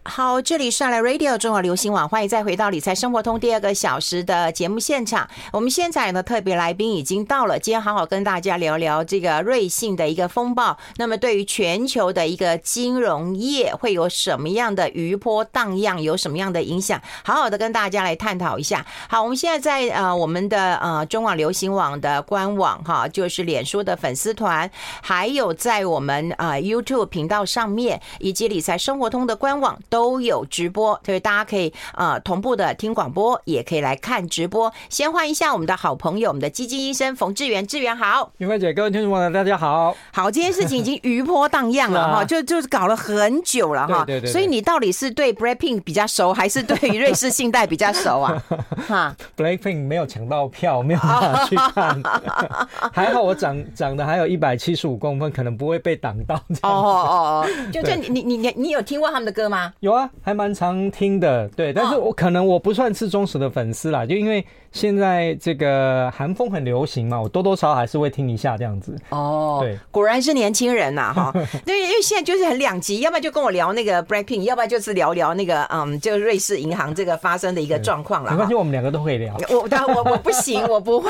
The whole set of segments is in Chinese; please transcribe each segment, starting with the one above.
好，这里是来 Radio 中华流行网，欢迎再回到理财生活通第2个小时的节目现场。我们现在呢，特别来宾已经到了，今天好好跟大家聊聊这个瑞信的一个风暴。那么对于全球的一个金融业会有什么样的余波荡漾，有什么样的影响？好好的跟大家来探讨一下。好，我们现在在我们的中网流行网的官网哈，就是脸书的粉丝团，还有在我们YouTube 频道上面，以及理财生活通的官网都有直播，所以大家可以同步的听广播，也可以来看直播。先欢迎一下我们的好朋友，我们的基金医生冯志源，志源好。 云慧姐，各位听众朋友大家好。 好，这件事情已经余波荡漾了哈，就是搞了很久了哈。 对。 所以你到底是对 Blackpink 比较熟，还是对于瑞士信贷比较熟啊？哈 ，Blackpink 没有抢到票，没有办法去看。还好我长得还有175公分，可能不会被挡到。 就你有听过他们的歌吗？ 有啊，还蛮常听的。对，但是我不算是忠实的粉丝啦，就因为现在这个韩风很流行嘛，我多多少少还是会听一下这样子。对， 果然是年轻人呐哈。因为现在就是很两极，要不然就跟我聊那个 Blackpink， 要不然就是聊那个就是瑞士银行这个发生的一个状况了。 没关系，我们2个都会聊。 我不行，我不会。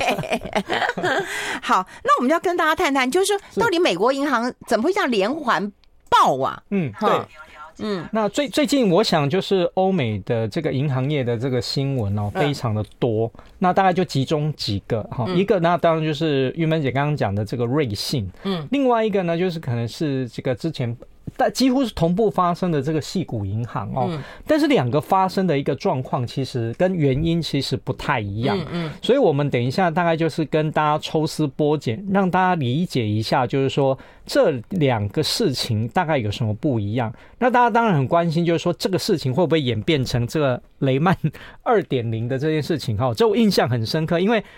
好，那我们要跟大家谈谈，就是说到底美国银行怎么会这样连环爆啊？ 对。那最近我想就是欧美的这个银行业的这个新闻非常的多，那大概就集中几个一个那当然就是玉芬姐刚刚讲的这个瑞信，另外一个呢就是可能是这个之前但几乎是同步发生的这个矽谷银行但是2个发生的一个状况其实跟原因其实不太一样，所以我们等一下大概就是跟大家抽丝剥茧，让大家理解一下，就是说这2个事情大概有什么不一样。那大家当然很关心，就是说这个事情会不会演变成这个雷曼 2.0 的这件事情这我印象很深刻，因为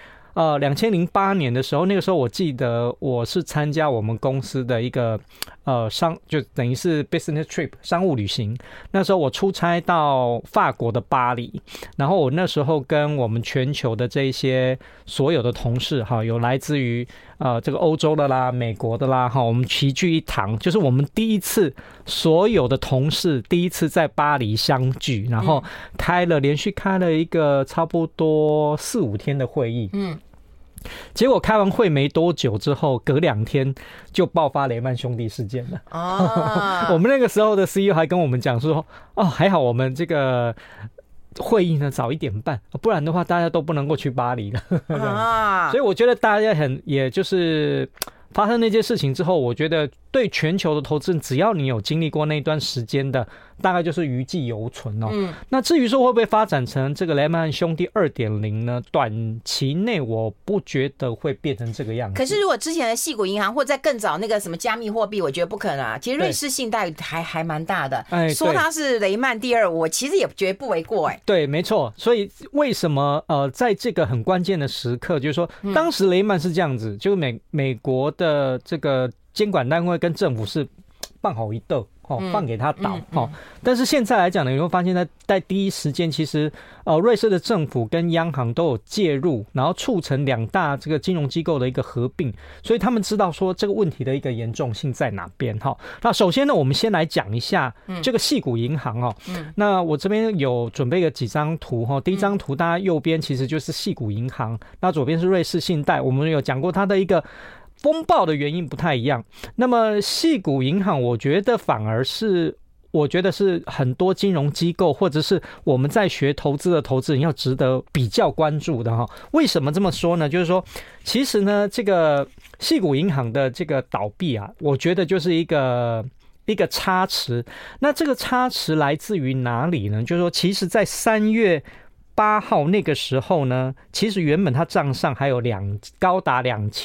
2008年的时候，那个时候我记得我是参加我们公司的一个就等于是 business trip 商务旅行。那时候我出差到法国的巴黎，然后我那时候跟我们全球的这些所有的同事有来自于这个欧洲的啦、美国的啦我们齐聚一堂，就是我们第一次所有的同事第一次在巴黎相聚，然后连续开了一个差不多4-5天的会议。结果开完会没多久之后，隔2天就爆发雷曼兄弟事件了。我们那个时候的 CEO 还跟我们讲说，还好我们这个会议呢早1点半，不然的话大家都不能够去巴黎了。所以我觉得大家也就是发生那件事情之后，我觉得对全球的投资人，只要你有经历过那段时间的，大概就是余悸犹存那至于说会不会发展成这个雷曼兄弟 2.0 呢？短期内我不觉得会变成这个样子。 可是如果之前的矽谷银行或者在更早那个什么加密货币，我觉得不可能啊。其实瑞士信贷还蛮大的，说它是雷曼第2，我其实也觉得不为过。 对，没错。所以为什么在这个很关键的时刻，就是说当时雷曼是这样子，就是美国的这个监管单位跟政府是放好一斗放给他倒但是现在来讲呢，你会发现在第一时间，其实瑞士的政府跟央行都有介入，然后促成2大这个金融机构的一个合并，所以他们知道说这个问题的一个严重性在哪边那首先呢，我们先来讲一下这个矽谷银行那我这边有准备了几张图第一张图大家右边其实就是矽谷银行，那左边是瑞士信贷，我们有讲过它的一个风暴的原因不太一样。那么矽谷银行我觉得反而是很多金融机构或者是我们在学投资的投资人要值得比较关注的为什么这么说呢？就是说其实呢这个矽谷银行的这个倒闭我觉得就是一个差池。那这个差池来自于哪里呢？就是说其实在3月8号那个时候呢，其实原本他账上还有高达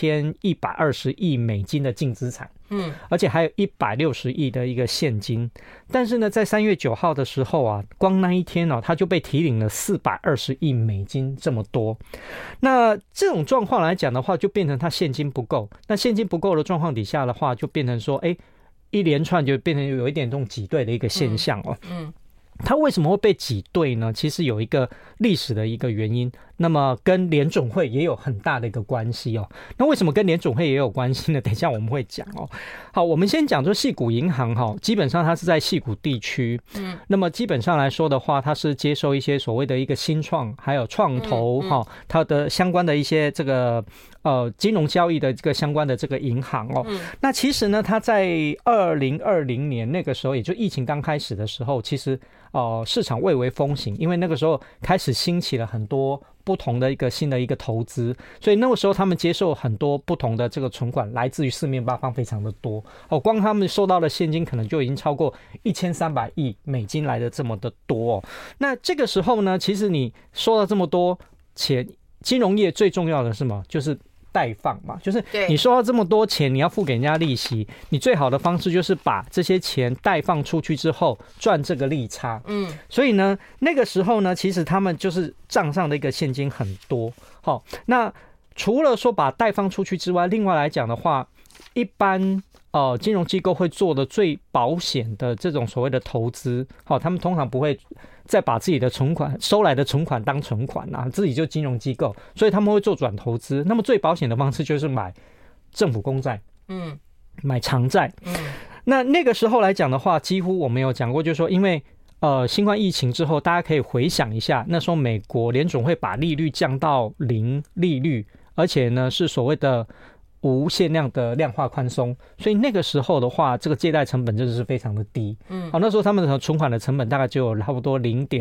2120亿美金的净资产，而且还有160亿的一个现金。但是呢，在3月9号的时候光那一天他就被提领了420亿美金这么多。那这种状况来讲的话，就变成他现金不够。那现金不够的状况底下的话，就变成说，一连串就变成有一点这种挤兑的一个现象它为什么会被挤兑呢？其实有一个历史的一个原因，那么跟联准会也有很大的一个关系哦。那为什么跟联准会也有关系呢？等一下我们会讲哦。好，我们先讲说矽谷银行哈，基本上它是在矽谷地区，那么基本上来说的话，它是接受一些所谓的一个新创还有创投哈，它的相关的一些这个金融交易的这个相关的这个银行哦。那其实呢，它在2020年那个时候，也就疫情刚开始的时候，其实市场蔚为风行，因为那个时候开始兴起了很多不同的一个新的一个投资，所以那个时候他们接受很多不同的这个存款，来自于四面八方，非常的多哦。光他们收到的现金可能就已经超过1300亿美金来的这么的多哦。那这个时候呢，其实你收到这么多钱，金融业最重要的是什么？就是贷放嘛，就是你收到这么多钱，你要付给人家利息，你最好的方式就是把这些钱贷放出去之后赚这个利差。所以呢，那个时候呢，其实他们就是账上的一个现金很多。好，那除了说把贷放出去之外，另外来讲的话，一般金融机构会做的最保险的这种所谓的投资，好，他们通常不会再把自己的存款收来的存款当存款啊，自己就金融机构，所以他们会做转投资。那么最保险的方式就是买政府公债，买长债。那个时候来讲的话，几乎我们有讲过，就是说，因为新冠疫情之后，大家可以回想一下，那时候美国联准会把利率降到0利率，而且呢是所谓的无限量的量化宽松，所以那个时候的话，这个借贷成本真的是非常的低。好，那时候他们的存款的成本大概只有差不多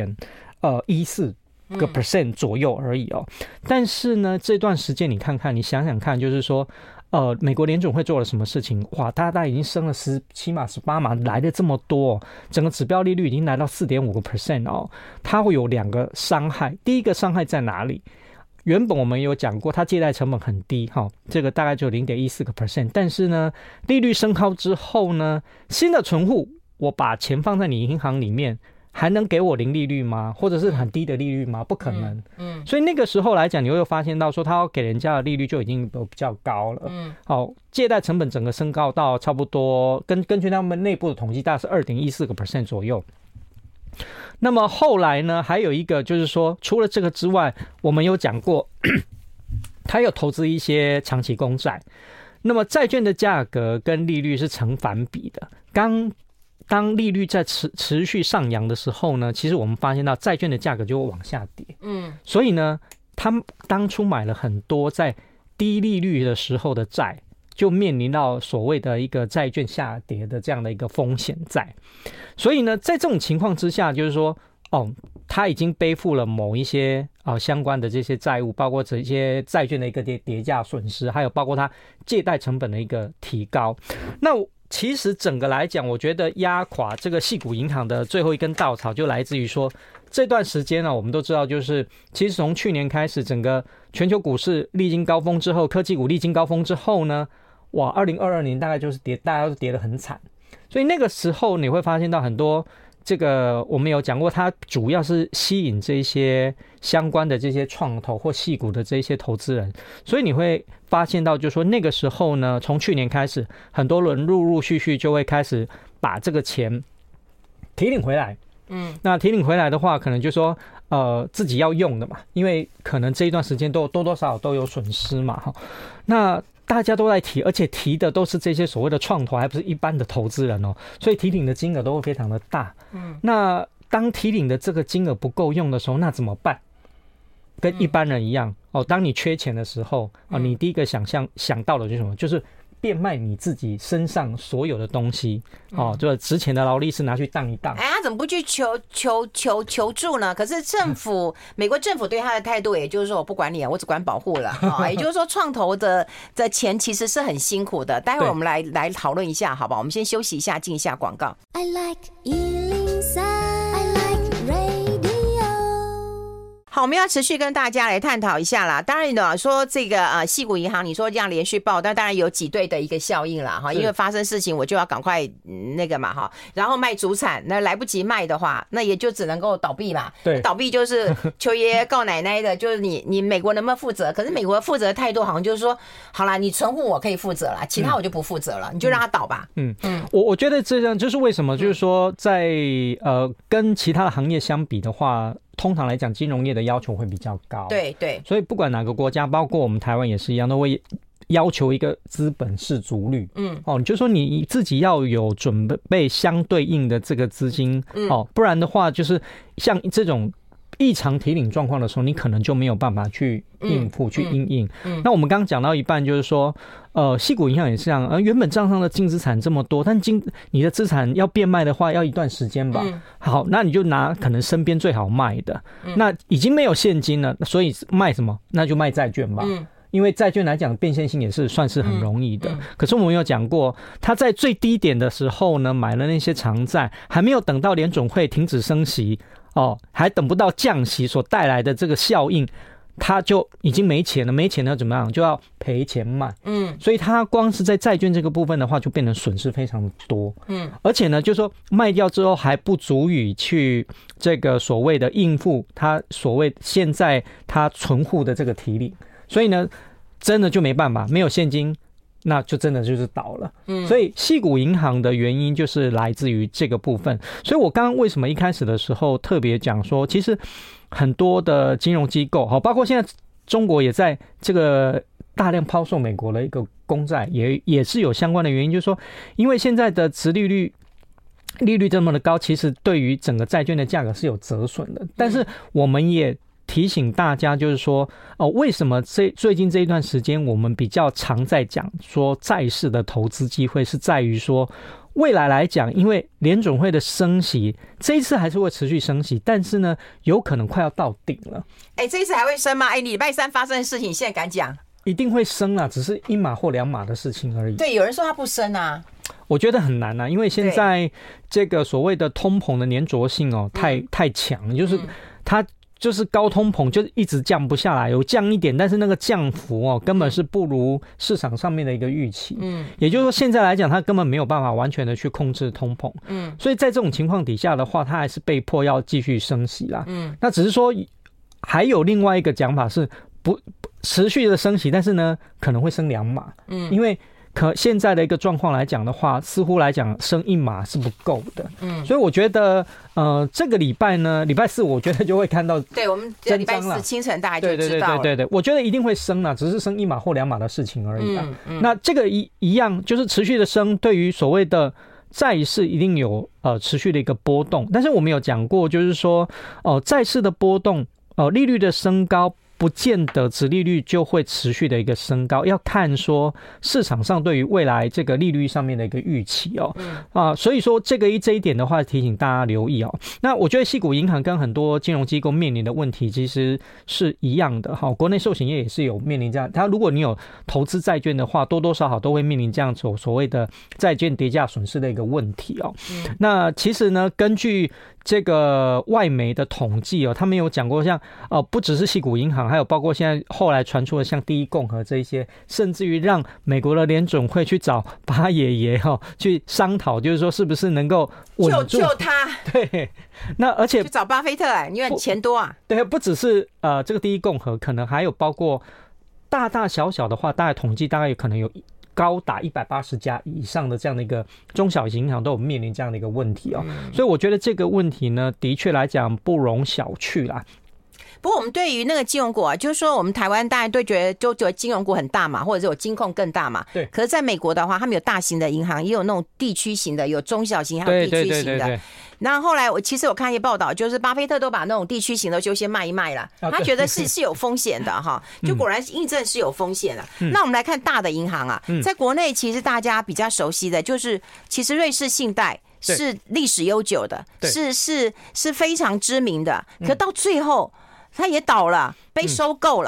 0.14% 左右而已哦。但是呢，这段时间你看看，你想想看，就是说，美国联准会做了什么事情？哇，大概已经升了17码、18码，来的这么多，整个指标利率已经来到4.5% 哦。它会有2个伤害，第一个伤害在哪里？原本我们有讲过，它借贷成本很低，这个大概就 0.14%。但是呢，利率升高之后呢，新的存户，我把钱放在你银行里面，还能给我0利率吗？或者是很低的利率吗？不可能。所以那个时候来讲，你会发现到说，他要给人家的利率就已经比较高了。好，借贷成本整个升高到差不多，根据他们内部的统计，大概是 2.14% 左右。那么后来呢，还有一个就是说，除了这个之外，我们有讲过，他有投资一些长期公债，那么债券的价格跟利率是成反比的。当利率在持续上扬的时候呢，其实我们发现到债券的价格就会往下跌。所以呢，他们当初买了很多在低利率的时候的债，就面临到所谓的一个债券下跌的这样的一个风险在。所以呢，在这种情况之下，就是说，他已经背负了某一些相关的这些债务，包括这些债券的一个跌价损失，还有包括他借贷成本的一个提高。那其实整个来讲，我觉得压垮这个矽谷银行的最后一根稻草，就来自于说，这段时间呢，我们都知道，就是其实从去年开始，整个全球股市历经高峰之后，科技股历经高峰之后呢，哇，2022年大概就是大家都跌得很惨。所以那个时候你会发现到很多这个我们有讲过，它主要是吸引这些相关的这些创投或矽谷的这些投资人，所以你会发现到就是说那个时候呢，从去年开始，很多人陆陆续续就会开始把这个钱提领回来。那提领回来的话，可能就说自己要用的嘛，因为可能这一段时间多多少少都有损失嘛。那大家都在提，而且提的都是这些所谓的创投，还不是一般的投资人哦，所以提领的金额都会非常的大。那当提领的这个金额不够用的时候，那怎么办？跟一般人一样当你缺钱的时候你第一个想到的就是什么？就是变卖你自己身上所有的东西就是值钱的劳力士拿去当一当。 他怎么不去求助呢？可是美国政府对他的态度，也就是说我不管你我只管保护了也就是说创投的钱其实是很辛苦的。待会我们来讨论一下，好吧？我们先休息一下，进一下广告。I like 103，I like radio。好， 好，我们要持续跟大家来探讨一下啦。当然呢，说这个矽谷银行，你说这样连续爆，但当然有挤兑的一个效应啦哈，因为发生事情我就要赶快那个嘛哈，然后卖主产，那来不及卖的话，那也就只能够倒闭嘛。 对， 倒闭就是求爷爷告奶奶的，就是你美国能不能负责？可是美国负责的态度好像就是说，好啦，你存户我可以负责啦，其他我就不负责了，你就让他倒吧。 我觉得这样就是为什么，就是说在跟其他的行业相比的话。通常来讲，金融业的要求会比较高， 对对， 所以不管哪个国家，包括我们台湾也是一样，都会要求一个资本适足率。你就说你自己要有准备相对应的这个资金，不然的话，就是像这种异常提领状况的时候，你可能就没有办法去应付、去因应。那我们刚刚讲到一半，就是说，矽谷银行也是这样，原本账上的净资产这么多，但你的资产要变卖的话，要一段时间吧。好，那你就拿可能身边最好卖的，那已经没有现金了，所以卖什么？那就卖债券吧。因为债券来讲，变现性也是算是很容易的。可是我们有讲过，他在最低点的时候呢，买了那些长债，还没有等到联准会停止升息。还等不到降息所带来的这个效应，他就已经没钱了，没钱了怎么样？就要赔钱卖。所以他光是在债券这个部分的话，就变成损失非常的多。而且呢，就是说卖掉之后还不足以去这个所谓的应付他所谓现在他存户的这个提领，所以呢，真的就没办法，没有现金。那就真的就是倒了。所以矽谷银行的原因就是来自于这个部分。所以我刚刚为什么一开始的时候特别讲说，其实很多的金融机构，包括现在中国也在这个大量抛售美国的一个公债，也是有相关的原因，就是说，因为现在的殖利率这么的高，其实对于整个债券的价格是有折损的。但是我们也提醒大家，就是说，为什么最近这一段时间我们比较常在讲说债市的投资机会，是在于说未来来讲，因为联准会的升息，这一次还是会持续升息，但是呢，有可能快要到顶了。 这一次还会升吗？礼拜三发生的事情，你现在敢讲？ 一定会升啦，只是1码或2码的事情而已。 对，有人说它不升啊。 我觉得很难啊，因为现在这个所谓的通膨的粘着性太强，就是它。就是高通膨就一直降不下来，有降一点，但是那个降幅根本是不如市场上面的一个预期。也就是说现在来讲，它根本没有办法完全的去控制通膨。所以在这种情况底下的话，它还是被迫要继续升息啦。那只是说还有另外一个讲法是不持续的升息，但是呢可能会升2码。因为现在的一个状况来讲的话，似乎来讲升1码是不够的。所以我觉得这个礼拜呢，礼拜4我觉得就会看到， 对，我们礼拜4清晨大概就知道了。 对，我觉得一定会升啦，只是升1码或2码的事情而已。那这个一样就是持续的升，对于所谓的债市一定有持续的一个波动。但是我们有讲过，就是说债市的波动，利率的升高。不见得殖利率就会持续的一个升高，要看说市场上对于未来这个利率上面的一个预期所以说这一点的话，提醒大家留意那我觉得矽谷银行跟很多金融机构面临的问题其实是一样的国内寿险业也是有面临这样，它如果你有投资债券的话，多多少少都会面临这样所谓的债券跌价损失的一个问题那其实呢，根据这个外媒的统计他们有讲过像不只是矽谷银行，还有包括现在后来传出的像第一共和这一些，甚至于让美国的联准会去找巴爷爷去商讨，就是说是不是能够稳住救他。 对，那而且去找巴菲特因为你钱多啊。 对，不只是这个第一共和，可能还有包括大大小小的话，大概统计大概有可能有高达180家以上的这样的一个中小型银行都有面临这样的一个问题所以我觉得这个问题呢，的确来讲不容小觑啦。 不过我们对于那个金融股就是说我们台湾当然都觉得金融股很大嘛，或者是有金控更大嘛。 对。 可是在美国的话，他们有大型的银行，也有那种地区型的，有中小型还有地区型的。对。然后后来其实我看一些报道，就是巴菲特都把那种地区型的就先卖一卖了，他觉得是有风险的就果然印证是有风险的。那我们来看大的银行在国内其实大家比较熟悉的就是其实瑞士信贷是历史悠久的，是非常知名的，可到最后它也倒了，被收购了。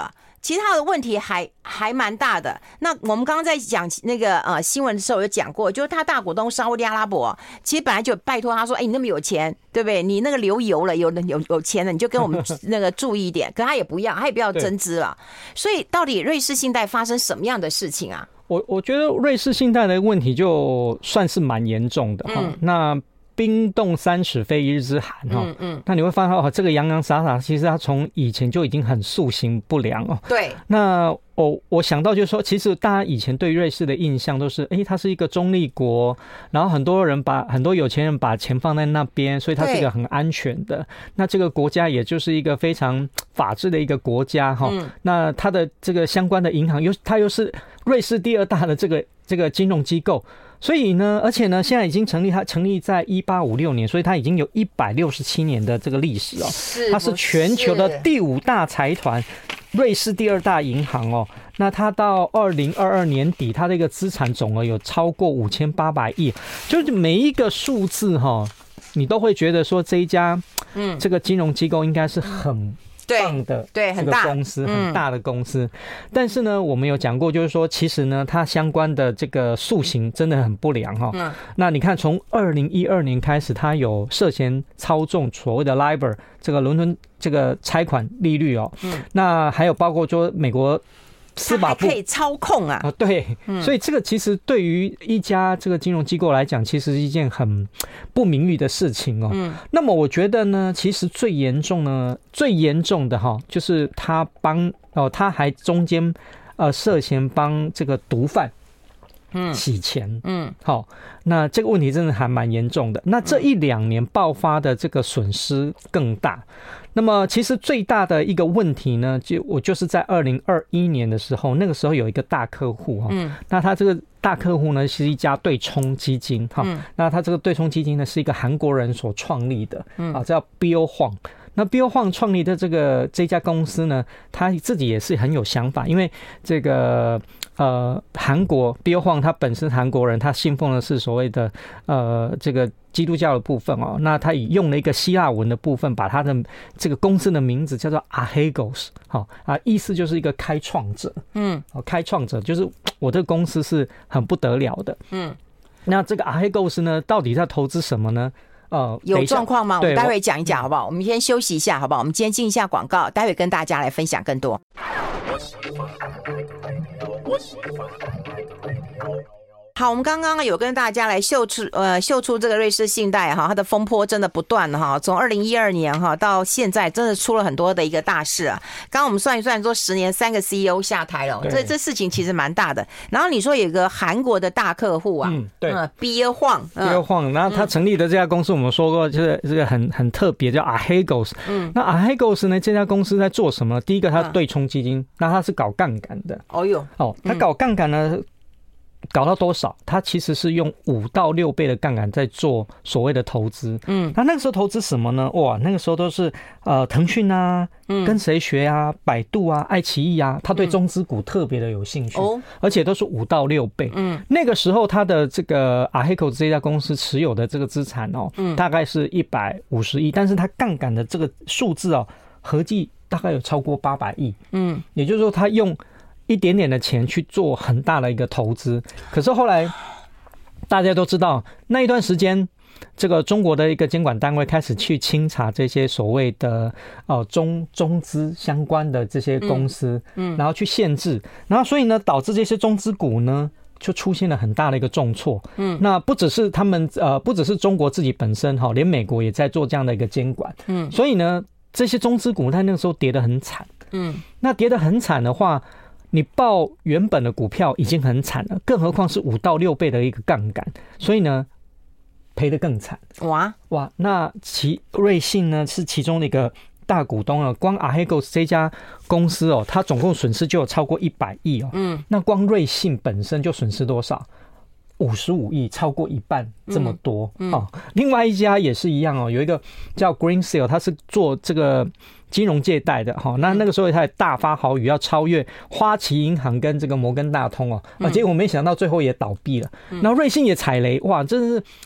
其实他的问题还蛮大的。那我们刚刚在讲那个新闻的时候有讲过，就是他大股东沙烏地阿拉伯，其实本来就拜托他说，你那么有钱，对不对？你那个流油了，有钱了，你就跟我们那个注意一点。可他也不要增资了。所以到底瑞士信贷发生什么样的事情啊？ 我觉得瑞士信贷的问题就算是蛮严重的哈。那冰冻三尺非一日之寒哈，那你会发现这个洋洋洒洒，其实他从以前就已经很素行不良哦。 对， 那我想到就是说，其实大家以前对瑞士的印象都是，它是一个中立国，然后很多有钱人把钱放在那边，所以它是一个很安全的。那这个国家也就是一个非常法治的一个国家哈。那它的这个相关的银行它又是瑞士第2大的这个金融机构。所以呢，而且呢，现在已经成立在1856年，所以它已经有167年的这个历史哦。它是全球的第5大财团，瑞士第2大银行哦。那它到2022年底，它的一个资产总额有超过5800亿，就是每一个数字哈，你都会觉得说这一家这个金融机构应该是很棒的这个公司，很大的公司。但是呢，我们有讲过，就是说，其实呢，它相关的这个素行真的很不良哈。那你看，从2012年开始，它有涉嫌操纵所谓的 LIBOR 这个伦敦这个拆款利率哦。那还有包括说美国司法部可以操控啊， 对，所以这个其实对于一家这个金融机构来讲，其实是一件很不名誉的事情哦。那么我觉得呢，其实最严重的哈，就是他还中间涉嫌帮这个毒贩洗钱，好，那这个问题真的还蛮严重的。那这1-2年爆发的这个损失更大。那么其实最大的一个问题呢，我就是在2021年的时候，那个时候有一个大客户哈，那他这个大客户呢是一家对冲基金哈，那他这个对冲基金呢是一个韩国人所创立的，叫 Bill Hwang。那 Bill Hwang 创立的这家公司呢，他自己也是很有想法，因为这个韩国 Bill Hwang 他本身韩国人，他信奉的是所谓的这个基督教的部分哦，那他也用了一个希腊文的部分，把他的这个公司的名字叫做 Archegos， 意思就是一个开创者，开创者就是我这个公司是很不得了的，那这个 Archegos 呢，到底在投资什么呢？ 有状况吗？我们待会讲一讲好不好？我们先休息一下好不好？我们今天进一下广告，待会跟大家来分享更多。好，我们刚刚有跟大家来秀出这个瑞士信贷哈，它的风波真的不断哈，从2012年哈到现在，真的出了很多的一个大事啊。刚刚我们算一算，说10年3个 CEO 下台了，这事情其实蛮大的。然后你说有个韩国的大客户啊， 对 ，Bill Hwang， 然后他成立的这家公司我们说过，就是这个很特别，叫 Archegos。那 Archegos 呢，这家公司在做什么？第一个，它对冲基金，那它是搞杠杆的。它搞杠杆呢？搞到多少？他其实是用5到6倍的杠杆在做所谓的投资。那个时候投资什么呢？哇，那个时候都是腾讯啊，跟谁学啊，百度啊，爱奇艺啊，他对中资股特别的有兴趣，而且都是5到6倍。那个时候他的这个 Archegos 这家公司持有的这个资产哦，大概是150亿，但是他杠杆的这个数字哦，合计大概有超过800亿。也就是说他用一点点的钱去做很大的一个投资，可是后来大家都知道，那一段时间，这个中国的一个监管单位开始去清查这些所谓的中资相关的这些公司，然后去限制，然后所以呢，导致这些中资股呢就出现了很大的一个重挫。那不只是不只是中国自己本身哈，连美国也在做这样的一个监管。所以呢，这些中资股在那个时候跌得很惨。那跌得很惨的话，你报原本的股票已经很惨了，更何况是5到6倍的一个杠杆，所以呢，赔得更惨。哇，那瑞信呢是其中的一个大股东了，光 Archegos 这家公司哦，它总共损失就有超过100亿哦。那光瑞信本身就损失多少？55亿，超过一半这么多。另外一家也是一样哦，有一个叫 Greensill， 它是做这个金融借贷的哈，那个时候他也大发豪语要超越花旗银行跟这个摩根大通哦，结果没想到最后也倒闭了。然后瑞信也踩雷，哇，真的是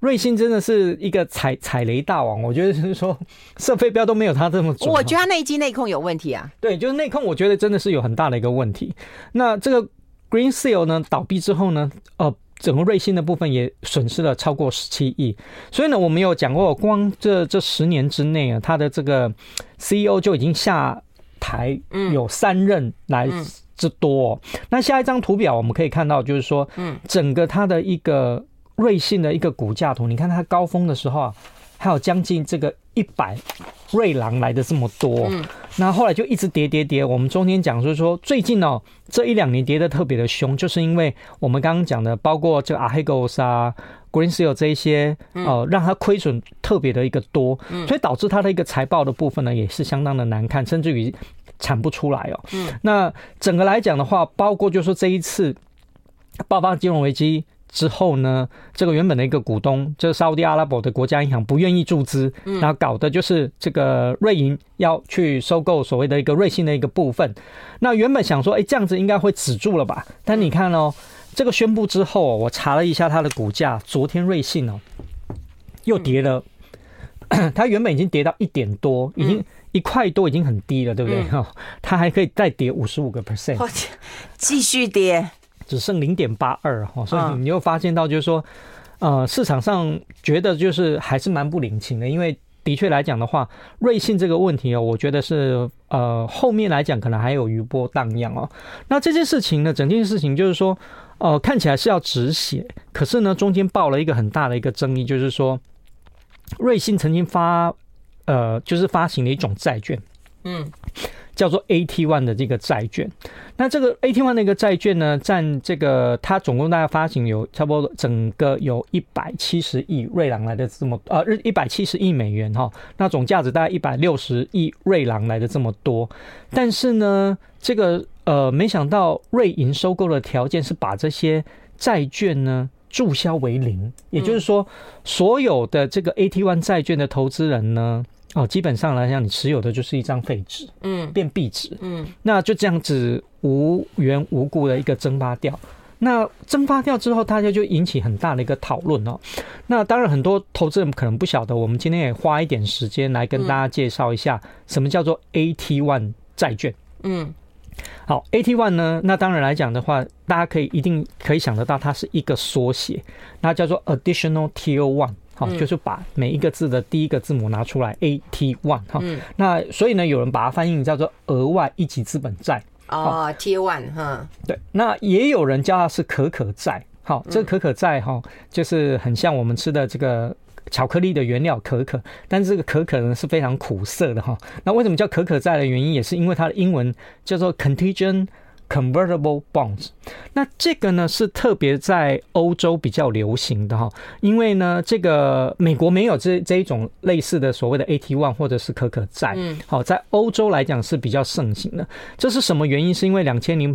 瑞信真的是一个踩雷大王，我觉得是说射飞镖都没有他这么准。 我觉得他内机内控有问题啊。 对，就是内控，我觉得真的是有很大的一个问题。那这个 Greensill 呢倒闭之后呢，整个瑞信的部分也损失了超过17亿。所以呢，我们有讲过，光这10年之内啊，他的这个 CEO 就已经下台有3任来之多。那下一张图表我们可以看到，就是说，整个它的一个瑞信的一个股价图，你看它高峰的时候啊，还有将近这个100瑞郎来的这么多，那后来就一直跌。我们中间讲就是说，最近哦这1-2年跌得特别的凶，就是因为我们刚刚讲的，包括这个 Archegos 啊、Greensill 这一些让它亏损特别的一个多，所以导致它的一个财报的部分呢也是相当的难看，甚至于产不出来哦。那整个来讲的话，包括就是说这一次爆发金融危机之后呢，这个原本的一个股东，就是沙烏地阿拉伯的国家银行不愿意注资，然后搞的就是这个瑞银要去收购所谓的一个瑞信的一个部分。那原本想说，这样子应该会止住了吧？但你看哦，这个宣布之后，我查了一下它的股价，昨天瑞信哦又跌了，它原本已经跌到1点多，已经1块多，已经很低了，对不对？它还可以再跌55%， 继续跌。 只剩0.82，所以你又发现到就是说，市场上觉得就是还是蛮不领情的，因为的确来讲的话，瑞信这个问题我觉得是后面来讲可能还有余波荡漾哦。那这件事情呢，整件事情就是说，看起来是要止血，可是呢中间爆了一个很大的一个争议，就是说，瑞信曾经就是发行了一种债券，叫做 AT1 的这个债券。那这个 AT1 的一个债券呢，占这个它总共大概发行有差不多整个有170亿瑞郎来的这么170亿美元哈，那总价值大概160亿瑞郎来的这么多。但是呢，这个没想到瑞银收购的条件是把这些债券呢注销为0，也就是说，所有的这个 AT1 债券的投资人呢，基本上来讲，你持有的就是一张废纸，变壁纸，那就这样子无缘无故的一个蒸发掉。那蒸发掉之后，大家就引起很大的一个讨论哦。那当然，很多投资人可能不晓得，我们今天也花一点时间来跟大家介绍一下，什么叫做 AT1 债券。好 ，AT1 呢，那当然来讲的话，大家一定可以想得到，它是一个缩写，那叫做 Additional Tier 1。好，就是把每一个字的第一个字母拿出来 ，AT1 哈。那所以呢，有人把它翻译叫做额外一级资本债。 Tier 1哈。对， 那也有人叫它是可可债。好，这个可可债哈，就是很像我们吃的这个巧克力的原料可可，但是这个可可呢是非常苦涩的哈。那为什么叫可可债的原因，也是因为它的英文叫做 Contingent Convertible Bonds。 那这个呢是特别在欧洲比较流行的哈，因为呢这个美国没有这一种类似的所谓的 AT1 或者是可可债，好，在欧洲来讲是比较盛行的。这是什么原因？是因为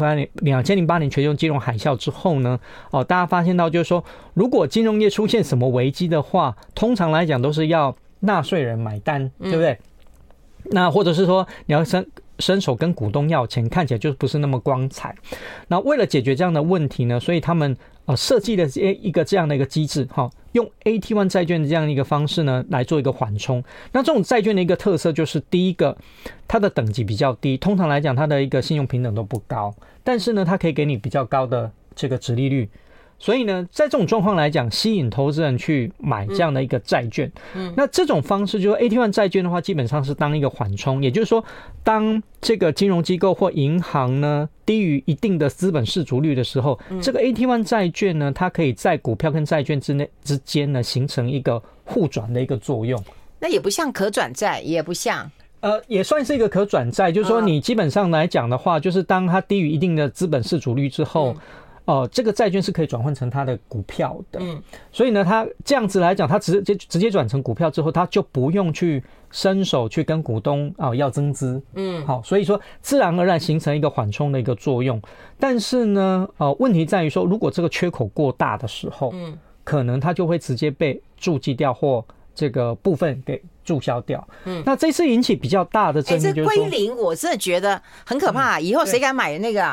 2008年全球金融海啸之后呢，大家发现到就是说，如果金融业出现什么危机的话，通常来讲都是要纳税人买单，对不对？那或者是说你要伸手跟股东要钱，看起来就不是那么光彩。那为了解决这样的问题呢，所以他们设计了一个这样的一个机制，用 AT1 债券的这样的一个方式呢来做一个缓冲。那这种债券的一个特色就是，第一个，它的等级比较低，通常来讲它的一个信用评等都不高，但是呢它可以给你比较高的这个殖利率。所以呢，在这种状况来讲，吸引投资人去买这样的一个债券。那这种方式就是 AT1 债券的话，基本上是当一个缓冲，也就是说，当这个金融机构或银行呢低于一定的资本适足率的时候，这个 AT1 债券呢，它可以在股票跟债券之间呢形成一个互转的一个作用。 那也不像可转债，也不像。 也算是一个可转债，就是说你基本上来讲的话，就是当它低于一定的资本适足率之后。这个债券是可以转换成它的股票的，所以呢，它这样子来讲，它直接转成股票之后，它就不用去伸手去跟股东要增资，好，所以说自然而然形成一个缓冲的一个作用。但是呢，问题在于说，如果这个缺口过大的时候，可能它就会直接被注记掉或这个部分给注销掉。那这次引起比较大的争议就是说， 这归零，我真的觉得很可怕。以后谁敢买那个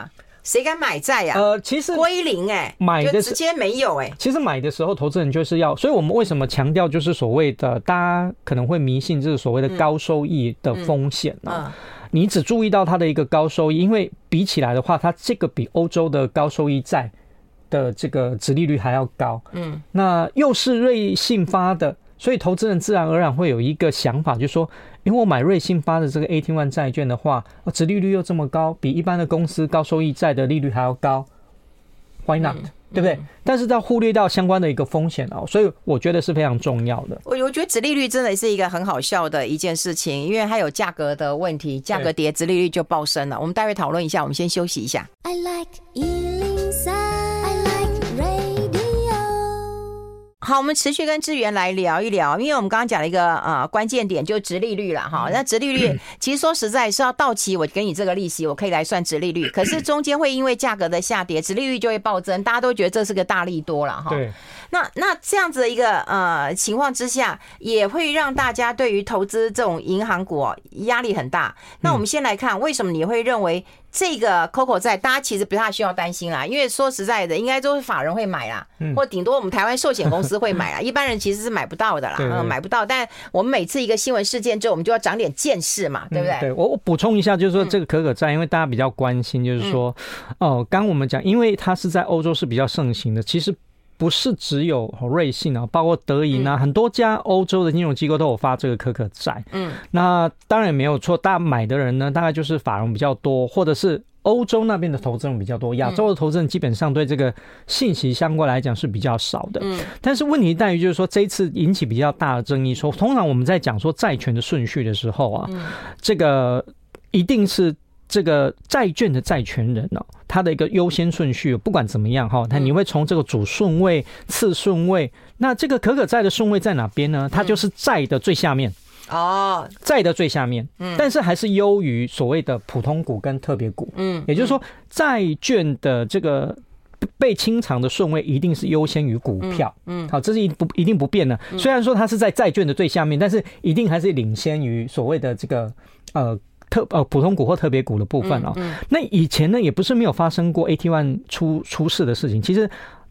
谁敢买债呀？ 其实归零买的就直接没有其实买的时候，投资人就是要，所以我们为什么强调就是所谓的大家可能会迷信，就是所谓的高收益的风险你只注意到它的一个高收益，因为比起来的话，它这个比欧洲的高收益债的这个殖利率还要高。那又是瑞信发的，所以投资人自然而然会有一个想法，就是说，因为我买瑞信发的这个 AT1 债券的话，殖利率又这么高，比一般的公司高收益债的利率还要高 ，Why not？对不对？但是要忽略到相关的一个风险所以我觉得是非常重要的。 我觉得殖利率真的是一个很好笑的一件事情，因为它有价格的问题，价格跌，殖利率就爆升了。我们待会讨论一下，我们先休息一下。I like 103, I like radio。好，我们持续跟志源来聊一聊，因为我们刚刚讲了一个关键点，就是殖利率了哈。那殖利率其实说实在是要到期，我给你这个利息，我可以来算殖利率。可是中间会因为价格的下跌，殖利率就会暴增，大家都觉得这是个大利多了哈。 对。 那这样子的一个情况之下，也会让大家对于投资这种银行股压力很大。那我们先来看，为什么你会认为这个 COCO 债大家其实不太需要担心啦？因为说实在的，应该都是法人会买啦，或顶多我们台湾寿险公司会买啦，一般人其实是买不到的啦，买不到。但我们每次一个新闻事件之后，我们就要长点见识嘛，对不对？ 对，我补充一下，就是说这个可债，因为大家比较关心，就是说，刚我们讲，因为它是在欧洲是比较盛行的，其实不是只有瑞信包括德银很多家欧洲的金融机构都有发这个可债。那当然也没有错，大家买的人呢，大概就是法人比较多，或者是欧洲那边的投资人比较多，亚洲的投资人基本上对这个信息相关来讲是比较少的。但是问题在于就是说，这一次引起比较大的争议，说通常我们在讲说债权的顺序的时候这个一定是这个债券的债权人他的一个优先顺序，不管怎么样你会从这个主顺位、次顺位，那这个可债的顺位在哪边呢？它就是债的最下面。债的最下面，但是还是优于所谓的普通股跟特别股。也就是说，债券的这个被清偿的顺位一定是优先于股票。好，这是一定不变的。虽然说它是在债券的最下面，但是一定还是领先于所谓的这个普通股或特别股的部分那以前呢，也不是没有发生过 AT1 出事的事情。其实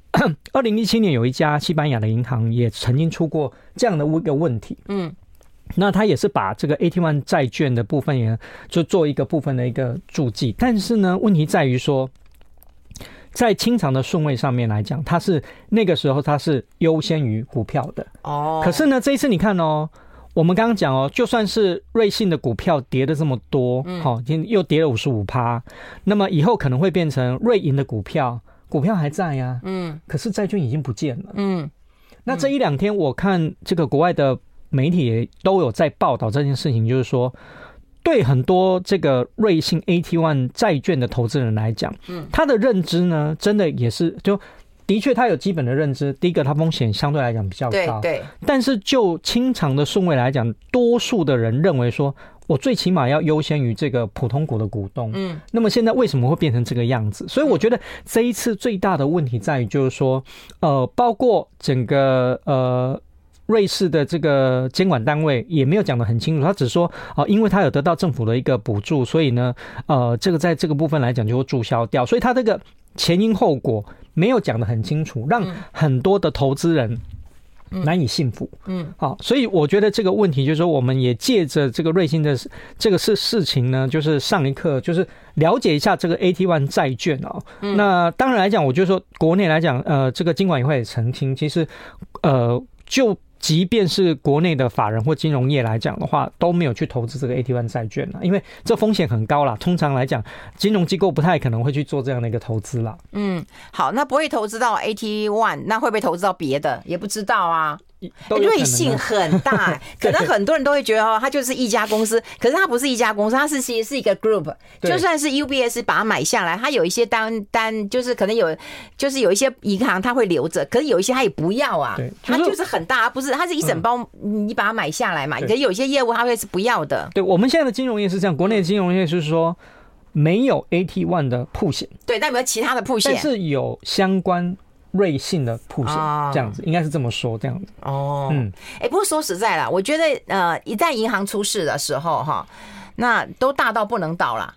2017年有一家西班牙的银行也曾经出过这样的一个问题。那他也是把这个 AT1 债券的部分也就做一个部分的一个注记，但是呢，问题在于说，在清偿的顺位上面来讲，它是那个时候它是优先于股票的。可是呢，这一次你看我们刚刚讲就算是瑞信的股票跌的这么多，又跌了55%，那么以后可能会变成瑞银的股票还在呀，可是债券已经不见了。那这一两天我看这个国外的媒体也都有在报道这件事情，就是说，对很多这个瑞信 AT1 债券的投资人来讲，他的认知呢，真的也是的确他有基本的认知。第一个，他风险相对来讲比较高， 对。 但是就清偿的顺位来讲，多数的人认为说，我最起码要优先于这个普通股的股东。那么现在为什么会变成这个样子？所以我觉得这一次最大的问题在于，就是说，包括整个瑞士的这个监管单位也没有讲得很清楚，他只说因为他有得到政府的一个补助，所以呢，这个在这个部分来讲就会注销掉，所以他这个前因后果没有讲得很清楚，让很多的投资人难以信服。好，所以我觉得这个问题就是说，我们也借着这个瑞信的这个事情呢，就是上一课，就是了解一下这个 AT1 债券那当然来讲，我就说国内来讲，这个金管会也澄清，其实就即便是国内的法人或金融业来讲的话，都没有去投资这个 AT1 债券因为这风险很高啦。通常来讲，金融机构不太可能会去做这样的一个投资啦。 好，那不会投资到 AT1， 那会不会投资到别的？也不知道啊。瑞信很大可能很多人都会觉得它就是一家公司，可是它不是一家公司，它是其实是一个 group。就算是 UBS 把它买下来，它有一些单就是可能有一些银行它会留着，可是有一些它也不要啊。它就是很大，不是它是一整包，你把它买下来嘛。可是有一些业务它会是不要的。 对，我们现在的金融业是这样，国内的金融业就是说没有 AT1 的曝险， 对，但有没有其他的曝险？ 但是有相关瑞信的曝险，这样子应该是这么说，这样子。 不过说实在啦，我觉得一旦银行出事的时候那都大到不能倒啦。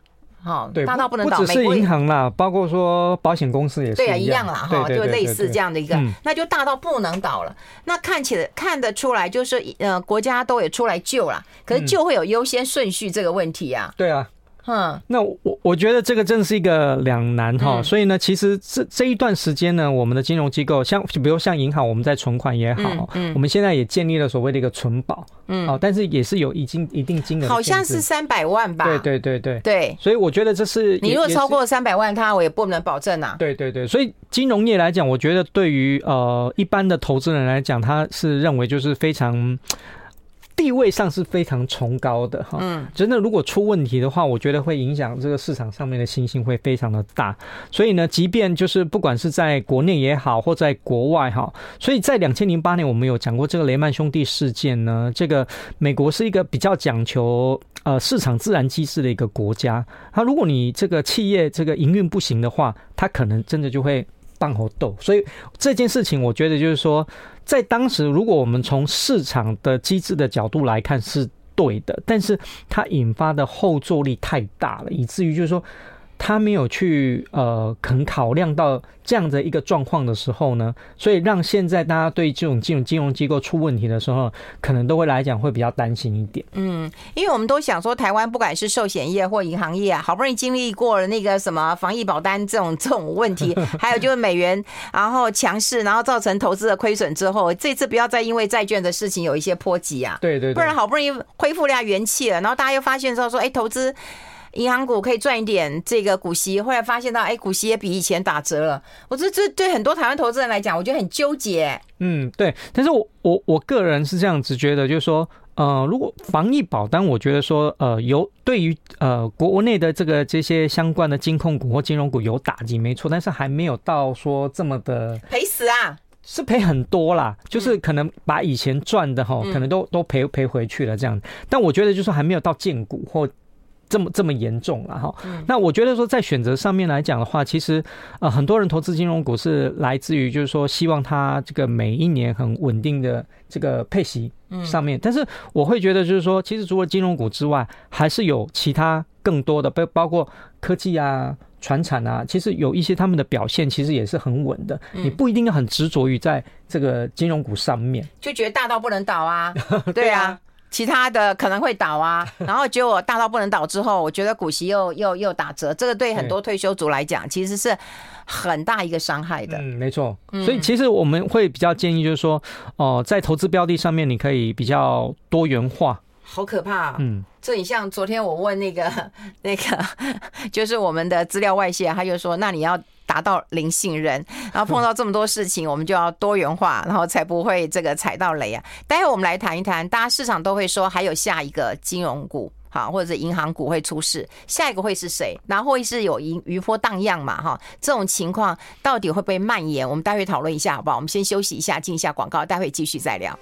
对， 大到不能倒。 不只是银行啦，包括说保险公司也是对啊，一样啦哈，就类似这样的一个，那就大到不能倒了。那看得出来，就是国家都有出来救啦，可是救会有优先顺序这个问题啊。 对啊。那我觉得这个真的是一个两难哈，所以呢，其实这一段时间呢，我们的金融机构比如像银行，我们在存款也好，我们现在也建立了所谓的一个存保，但是也是有一定金额的， 好像是300万吧？ 对，所以我觉得这是你如果超过300万，我也不能保证啊。 对，所以金融业来讲，我觉得对于一般的投资人来讲，他是认为就是非常。地位上是非常崇高的哈，真的如果出问题的话，我觉得会影响这个市场上面的信心会非常的大。所以呢，即便就是不管是在国内也好，或在国外哈，所以在2008年我们有讲过这个雷曼兄弟事件呢，这个美国是一个比较讲求市场自然机制的一个国家。它如果你这个企业这个营运不行的话，它可能真的就会放猴斗。所以这件事情，我觉得就是说。在当时，如果我们从市场的机制的角度来看是对的，但是它引发的后坐力太大了，以至于就是说，他没有去可能考量到这样的一个状况的时候呢，所以让现在大家对这种金融机构出问题的时候，可能都会来讲会比较担心一点。 因为我们都想说，台湾不管是寿险业或银行业好不容易经历过了那个什么防疫保单这种问题，还有就是美元然后强势，然后造成投资的亏损之后，这次不要再因为债券的事情有一些波及啊。 对， 不然好不容易恢复了元气了，然后大家又发现之后说，投资。银行股可以赚一点这个股息，后来发现到股息也比以前打折了。我这对很多台湾投资人来讲，我觉得很纠结。 对，但是我个人是这样子觉得，就是说，如果防疫保单，我觉得说，对于国内的这些相关的金控股或金融股有打击，没错，但是还没有到说这么的赔死啊。 是赔很多啦，就是可能把以前赚的可能都赔回去了这样。但我觉得就是还没有到见股或。这么严重了哈，那我觉得说在选择上面来讲的话，其实很多人投资金融股是来自于就是说希望它这个每一年很稳定的这个配息上面，但是我会觉得就是说，其实除了金融股之外，还是有其他更多的，包括科技啊、传产啊，其实有一些他们的表现其实也是很稳的，你不一定要很执着于在这个金融股上面， 就觉得大到不能倒啊，对啊。其他的可能会倒啊，然后结果大到不能倒之后，我觉得股息又打折，这个对很多退休族来讲，其实是很大一个伤害的。 没错。所以其实我们会比较建议，就是说，在投资标的上面，你可以比较多元化。 好可怕这很像昨天我问那个就是我们的资料外泄，他就说那你要达到零信任，然后碰到这么多事情我们就要多元化，然后才不会这个踩到雷啊。待会我们来谈一谈，大家市场都会说还有下一个金融股好，或者银行股会出事，下一个会是谁？然后会是有余波荡漾嘛？哈，这种情况到底会不会蔓延？我们待会讨论一下好不好？我们先休息一下，进一下广告，待会继续再聊。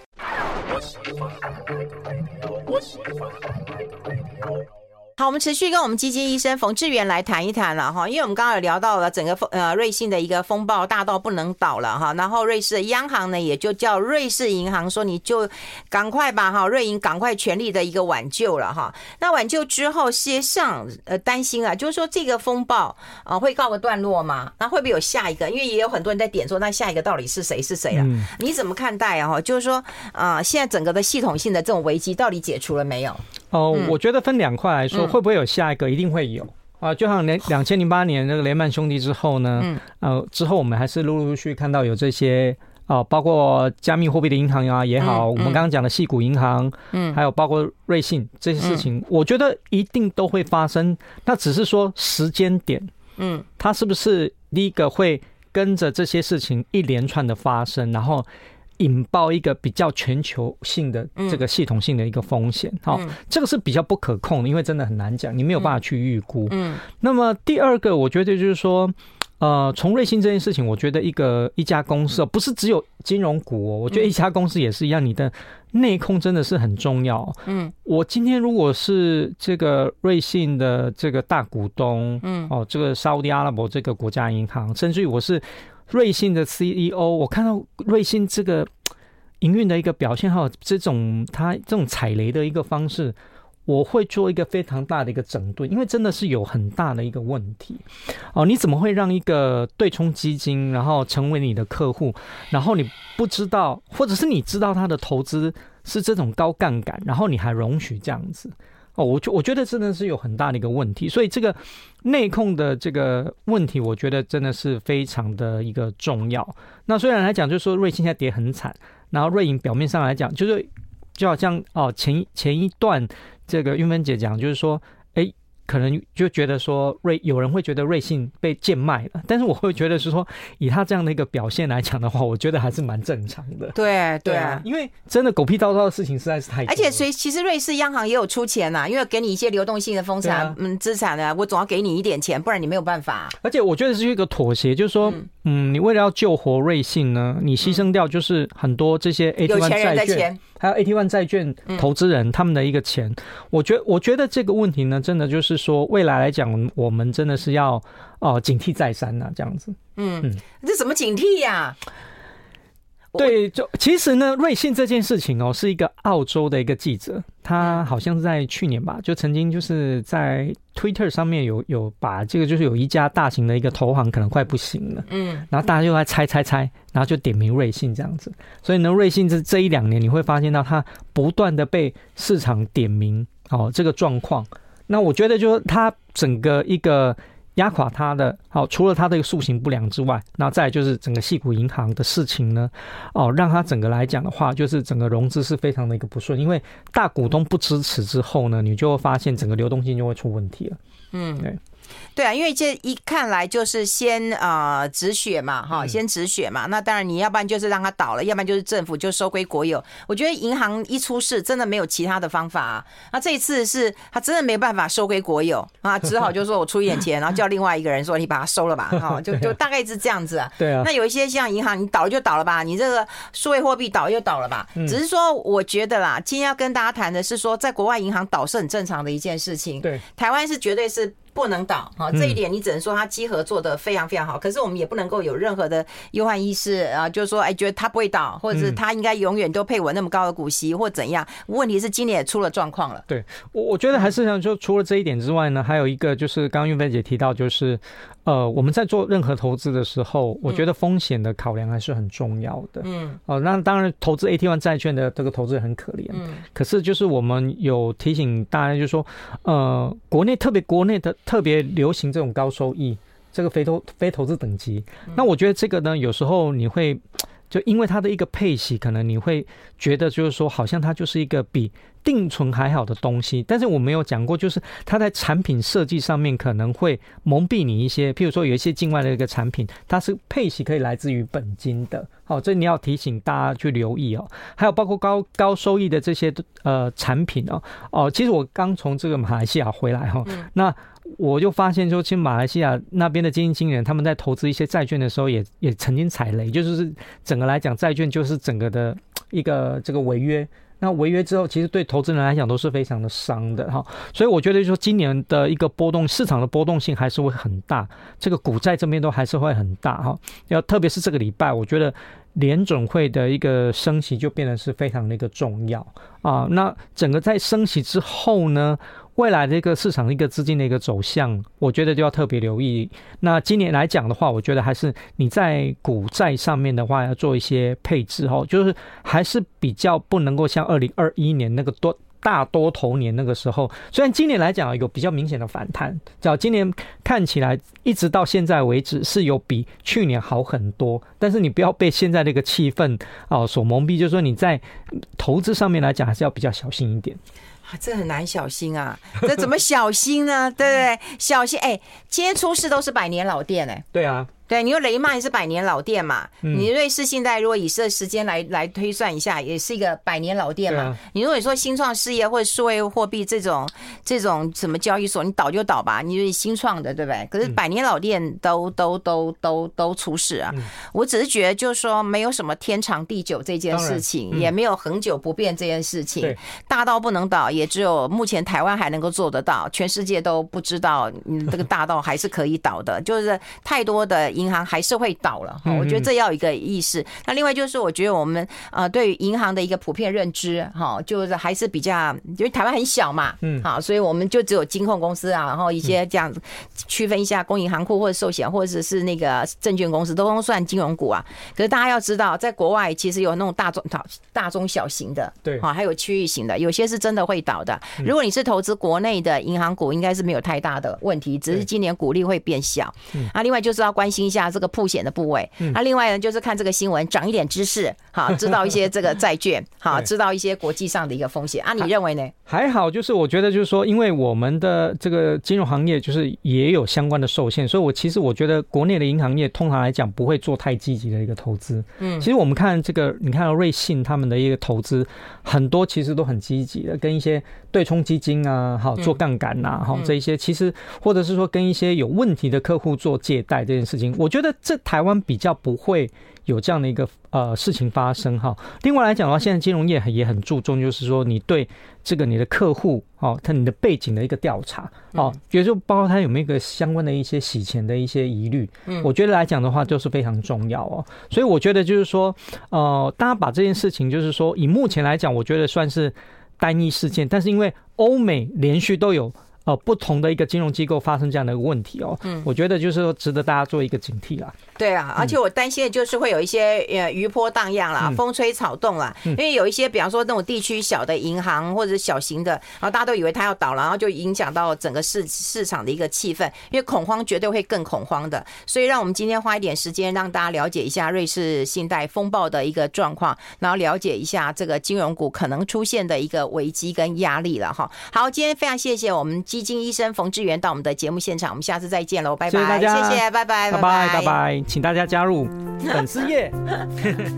好，我们持续跟我们基金医生冯志源来谈一谈了哈，因为我们刚刚有聊到了整个瑞信的一个风暴大到不能倒了哈，然后瑞士的央行呢也就叫瑞士银行说你就赶快吧哈，瑞银赶快全力的一个挽救了哈。那挽救之后，事实上担心啊，就是说这个风暴会告个段落吗？那会不会有下一个？因为也有很多人在点说，那下一个到底是谁了？你怎么看待啊？就是说现在整个的系统性的这种危机到底解除了没有？ 我觉得分两块来说，会不会有下一个？一定会有啊！就像2008年那个雷曼兄弟之后呢，之后我们还是陆陆续续看到有这些包括加密货币的银行啊也好，我们刚刚讲的矽谷银行，还有包括瑞信这些事情，我觉得一定都会发生。那只是说时间点，它是不是第一个会跟着这些事情一连串的发生，然后引爆一个比较全球性的这个系统性的一个风险，这个是比较不可控的，因为真的很难讲，你没有办法去预估。那么第二个，我觉得就是说，从瑞信这件事情，我觉得一家公司不是只有金融股我觉得一家公司也是一样，你的内控真的是很重要。我今天如果是这个瑞信的这个大股东，这个沙烏地阿拉伯这个国家银行，甚至于我是瑞信的 CEO， 我看到瑞信这个营运的一个表现，还有它这种踩雷的一个方式， 我会做一个非常大的一个整顿，因为真的是有很大的一个问题哦。你怎么会让一个对冲基金，然后成为你的客户，然后你不知道，或者是你知道他的投资是这种高杠杆，然后你还容许这样子？哦，我觉得真的是有很大的一个问题，所以这个内控的这个问题，我觉得真的是非常的一个重要。那虽然来讲，就是说瑞信现在跌很惨，然后瑞银表面上来讲，就好像前一段这个韵芬姐讲，就是说，可能就觉得说有人会觉得瑞信被贱卖了，但是我会觉得是说，以他这样的一个表现来讲的话，我觉得还是蛮正常的。 对啊，因为真的狗屁叨叨的事情实在是太多了。 而且其实瑞士央行也有出钱呐，因为给你一些流动性的风产资产啊，我总要给你一点钱，不然你没有办法。 而且我觉得是一个妥协，就是说，你为了要救活瑞信呢，你牺牲掉就是很多这些 AT1 债券。还有 AT1 债券投资人他们的一个钱，我觉得这个问题呢，真的就是说未来来讲，我们真的是要警惕再三啊，这样子。 这怎么警惕呀？ 对，就其实呢，瑞信这件事情是一个澳洲的一个记者，他好像是在去年吧，就曾经就是在 Twitter 上面有把这个就是有一家大型的一个投行可能快不行了，然后大家就在猜，然后就点名瑞信这样子，所以呢，瑞信这一两年你会发现到它不断的被市场点名这个状况，那我觉得就是它整个一个压垮它的除了它的塑形不良之外，那再来就是整个矽谷银行的事情呢，让它整个来讲的话，就是整个融资是非常的一个不顺，因为大股东不支持之后呢，你就会发现整个流动性就会出问题了。 对啊，因为这一看来就是先止血嘛，先止血嘛。那当然你要不然就是让它倒了，要不然就是政府就收归国有。我觉得银行一出事，真的没有其他的方法啊。那这一次是他真的没办法收归国有啊，只好就说我出一点钱，然后叫另外一个人说你把它收了吧，就大概是这样子啊。 对啊。 那有一些像银行，你倒了就倒了吧，你这个数位货币倒了就倒了吧。只是说我觉得啦，今天要跟大家谈的是说，在国外银行倒是很正常的一件事情。 对， 台湾是绝对是不能倒，这一点你只能说他稽核做得非常非常好，可是我们也不能够有任何的忧患意识啊，就是说觉得他不会倒，或者是他应该永远都配我那么高的股息或怎样。问题是今年也出了状况了。 对，我觉得还是想说，除了这一点之外呢，还有一个就是刚刚韵芬姐提到，就是我们在做任何投资的时候，我觉得风险的考量还是很重要的。那当然投资 AT1 债券的这个投资人很可怜，可是就是我们有提醒大家，就是说国内的特别流行这种高收益，这个非投资等级。那我觉得这个呢，有时候你会就因为它的一个配息，可能你会觉得就是说，好像它就是一个比定存还好的东西。但是我没有讲过，就是它在产品设计上面可能会蒙蔽你一些，譬如说有一些境外的一个产品，它是配息可以来自于本金的。这你要提醒大家去留意还有包括高收益的这些产品其实我刚从这个马来西亚回来那我就发现说，其实马来西亚那边的基金经理人他们在投资一些债券的时候也曾经踩雷，就是整个来讲债券就是整个的一个这个违约。那违约之后，其实对投资人来讲都是非常的伤的所以我觉得说今年的一个波动，市场的波动性还是会很大，这个股债这边都还是会很大特别是这个礼拜，我觉得联准会的一个升息就变得是非常的一个重要那整个在升息之后呢，未来的一个市场一个资金的一个走向，我觉得就要特别留意。那今年来讲的话，我觉得还是你在股债上面的话要做一些配置就是还是比较不能够像2021年那个大多头年那个时候，虽然今年来讲有比较明显的反弹，今年看起来一直到现在为止是有比去年好很多，但是你不要被现在的一个气氛所蒙蔽，就是说你在投资上面来讲还是要比较小心一点。 这很难小心啊，这怎么小心呢？对不对？小心今天出事都是百年老店对啊。 对，你说雷曼也是百年老店嘛，你瑞士信贷如果以这时间来推算一下，也是一个百年老店嘛。你如果说新创事业或者数位货币这种什么交易所，你倒就倒吧，你就是新创的，对不对？可是百年老店都出事啊。我只是觉得就是说没有什么天长地久这件事情，也没有恒久不变这件事情，大到不能倒，也只有目前台湾还能够做得到，全世界都不知道这个大到还是可以倒的，就是太多的银行还是会倒了，我觉得这要有一个意识。那另外就是我觉得我们对于银行的一个普遍认知，就是还是比较，因为台湾很小嘛，好，所以我们就只有金控公司啊，然后一些这样区分一下公营行库或者寿险或者是那个证券公司都算金融股啊。可是大家要知道，在国外其实有那种大中小型的， 对， 还有区域型的，有些是真的会倒的。如果你是投资国内的银行股，应该是没有太大的问题，只是今年股利会变小。另外就是要关心一下这个曝险的部位。另外呢就是看这个新闻，长一点知识，好，知道一些这个债券，好，知道一些国际上的一个风险啊。你认为呢？ 还好，就是我觉得就是说，因为我们的这个金融行业就是也有相关的受限，所以其实我觉得国内的银行业通常来讲不会做太积极的一个投资。其实我们看这个，你看到瑞信他们的一个投资，很多其实都很积极的，跟一些对冲基金啊，好做杠杆啊，好这一些其实或者是说跟一些有问题的客户做借贷这件事情，我觉得这台湾比较不会有这样的一个事情发生哈。另外来讲的话，现在金融业也很注重，就是说你对这个你的客户你的背景的一个调查也就包括他有没有一个相关的一些洗钱的一些疑虑，我觉得来讲的话就是非常重要哦。所以我觉得就是说大家把这件事情就是说以目前来讲，我觉得算是单一事件，但是因为欧美连续都有不同的一个金融机构发生这样的一个问题我觉得就是说值得大家做一个警惕啦。 对啊，而且我担心的就是会有一些余波荡漾啦，风吹草动啦，因为有一些比方说那种地区小的银行或者小型的，然后大家都以为它要倒了，然后就影响到整个市场的一个气氛，因为恐慌绝对会更恐慌的。所以让我们今天花一点时间让大家了解一下瑞士信贷风暴的一个状况，然后了解一下这个金融股可能出现的一个危机跟压力了哈。好，今天非常谢谢我们基金医生冯志源到我们的节目现场，我们下次再见喽，拜拜， 谢谢大家， 谢谢，拜拜， 拜拜，拜拜，请大家加入粉丝页。